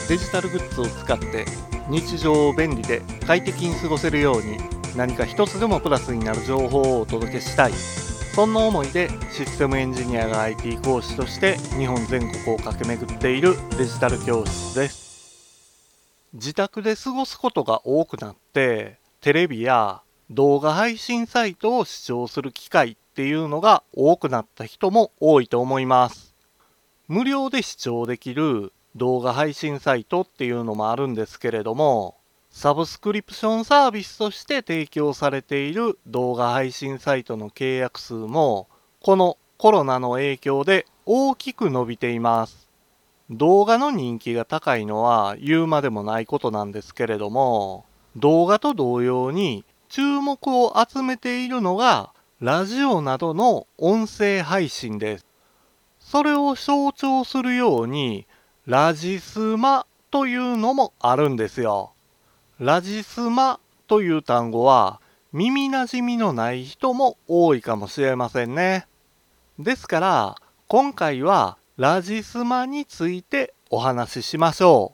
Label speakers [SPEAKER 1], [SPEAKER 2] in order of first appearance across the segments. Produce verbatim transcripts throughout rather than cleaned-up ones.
[SPEAKER 1] デジタルグッズを使って日常を便利で快適に過ごせるように何か一つでもプラスになる情報をお届けしたい、そんな思いでシステムエンジニアが アイティー 講師として日本全国を駆け巡っているデジタル教室です。自宅で過ごすことが多くなってテレビや動画配信サイトを視聴する機会っていうのが多くなった人も多いと思います。無料で視聴できる動画配信サイトっていうのもあるんですけれども、サブスクリプションサービスとして提供されている動画配信サイトの契約数もこのコロナの影響で大きく伸びています。動画の人気が高いのは言うまでもないことなんですけれども、動画と同様に注目を集めているのがラジオなどの音声配信です。それを象徴するようにラジスマというのもあるんですよ。ラジスマという単語は耳なじみのない人も多いかもしれませんね。ですから今回はラジスマについてお話ししましょ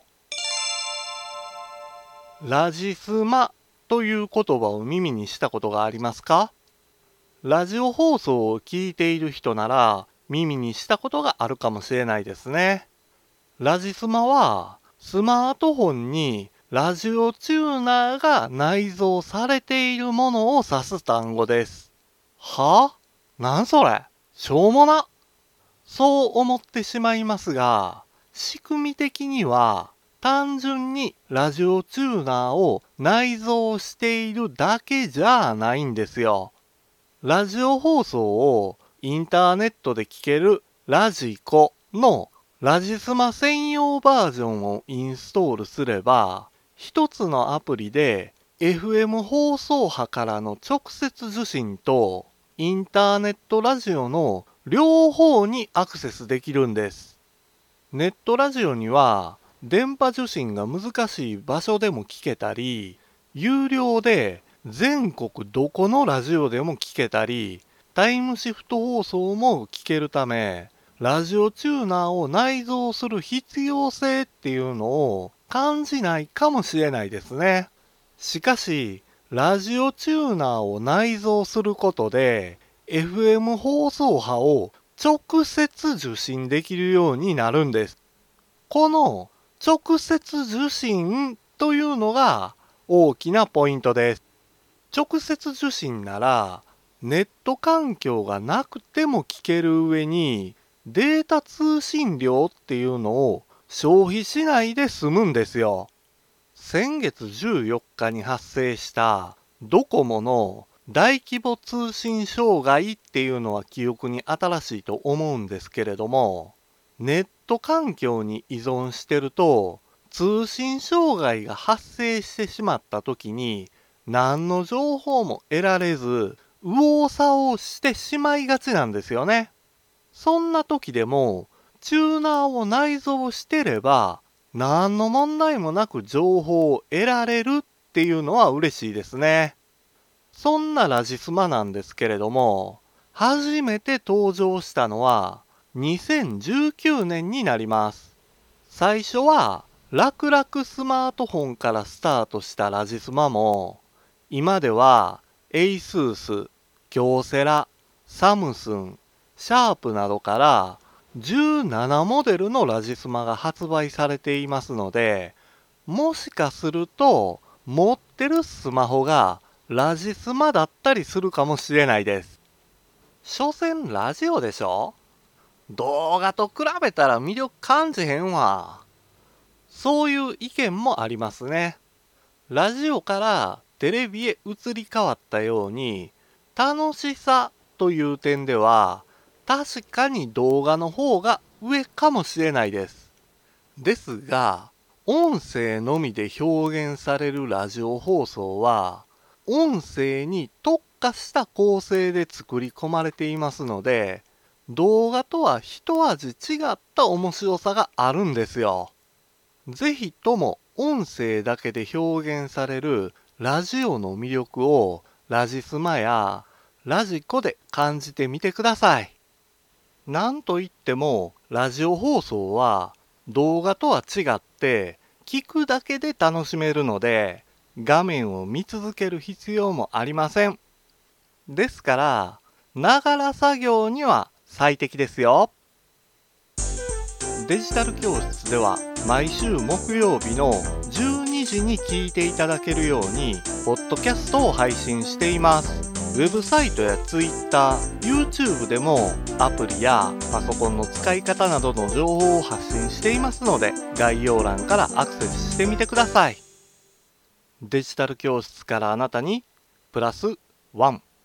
[SPEAKER 1] う。ラジスマという言葉を耳にしたことがありますか？ラジオ放送を聞いている人なら耳にしたことがあるかもしれないですね。ラジスマはスマートフォンにラジオチューナーが内蔵されているものを指す単語です。はぁ？なんそれ？しょうもな。そう思ってしまいますが、仕組み的には単純にラジオチューナーを内蔵しているだけじゃないんですよ。ラジオ放送をインターネットで聞けるラジコのラジスマ専用バージョンをインストールすれば、一つのアプリで エフエム 放送波からの直接受信とインターネットラジオの両方にアクセスできるんです。ネットラジオには電波受信が難しい場所でも聞けたり、有料で全国どこのラジオでも聞けたり、タイムシフト放送も聞けるため、ラジオチューナーを内蔵する必要性っていうのを感じないかもしれないですね。しかし、ラジオチューナーを内蔵することで、エフエム 放送波を直接受信できるようになるんです。この直接受信というのが大きなポイントです。直接受信ならネット環境がなくても聞ける上にデータ通信料っていうのを消費しないで済むんですよ。先月じゅうよっかに発生したドコモの大規模通信障害っていうのは記憶に新しいと思うんですけれども、ネット環境に依存してると通信障害が発生してしまった時に何の情報も得られず右往左往してしまいがちなんですよね。そんな時でもチューナーを内蔵してれば何の問題もなく情報を得られるっていうのは嬉しいですね。そんなラジスマなんですけれども、初めて登場したのはにせんじゅうきゅうねんになります。最初は楽々スマートフォンからスタートしたラジスマも、今では エイスース、京セラ、サムスン、シャープなどからじゅうななモデルのラジスマが発売されていますので、もしかすると持ってるスマホがラジスマだったりするかもしれないです。所詮ラジオでしょ？動画と比べたら魅力感じへんわ。そういう意見もありますね。ラジオからテレビへ移り変わったように、楽しさという点では確かに動画の方が上かもしれないです。ですが、音声のみで表現されるラジオ放送は、音声に特化した構成で作り込まれていますので、動画とは一味違った面白さがあるんですよ。ぜひとも音声だけで表現されるラジオの魅力をラジスマやラジコで感じてみてください。なんといってもラジオ放送は動画とは違って聞くだけで楽しめるので、画面を見続ける必要もありません。ですから、ながら作業には最適ですよ。デジタル教室では毎週木曜日のじゅうにじに聞いていただけるように、ポッドキャストを配信しています。ウェブサイトや Twitter、YouTube でもアプリやパソコンの使い方などの情報を発信していますので、概要欄からアクセスしてみてください。デジタル教室からあなたにプラスワン。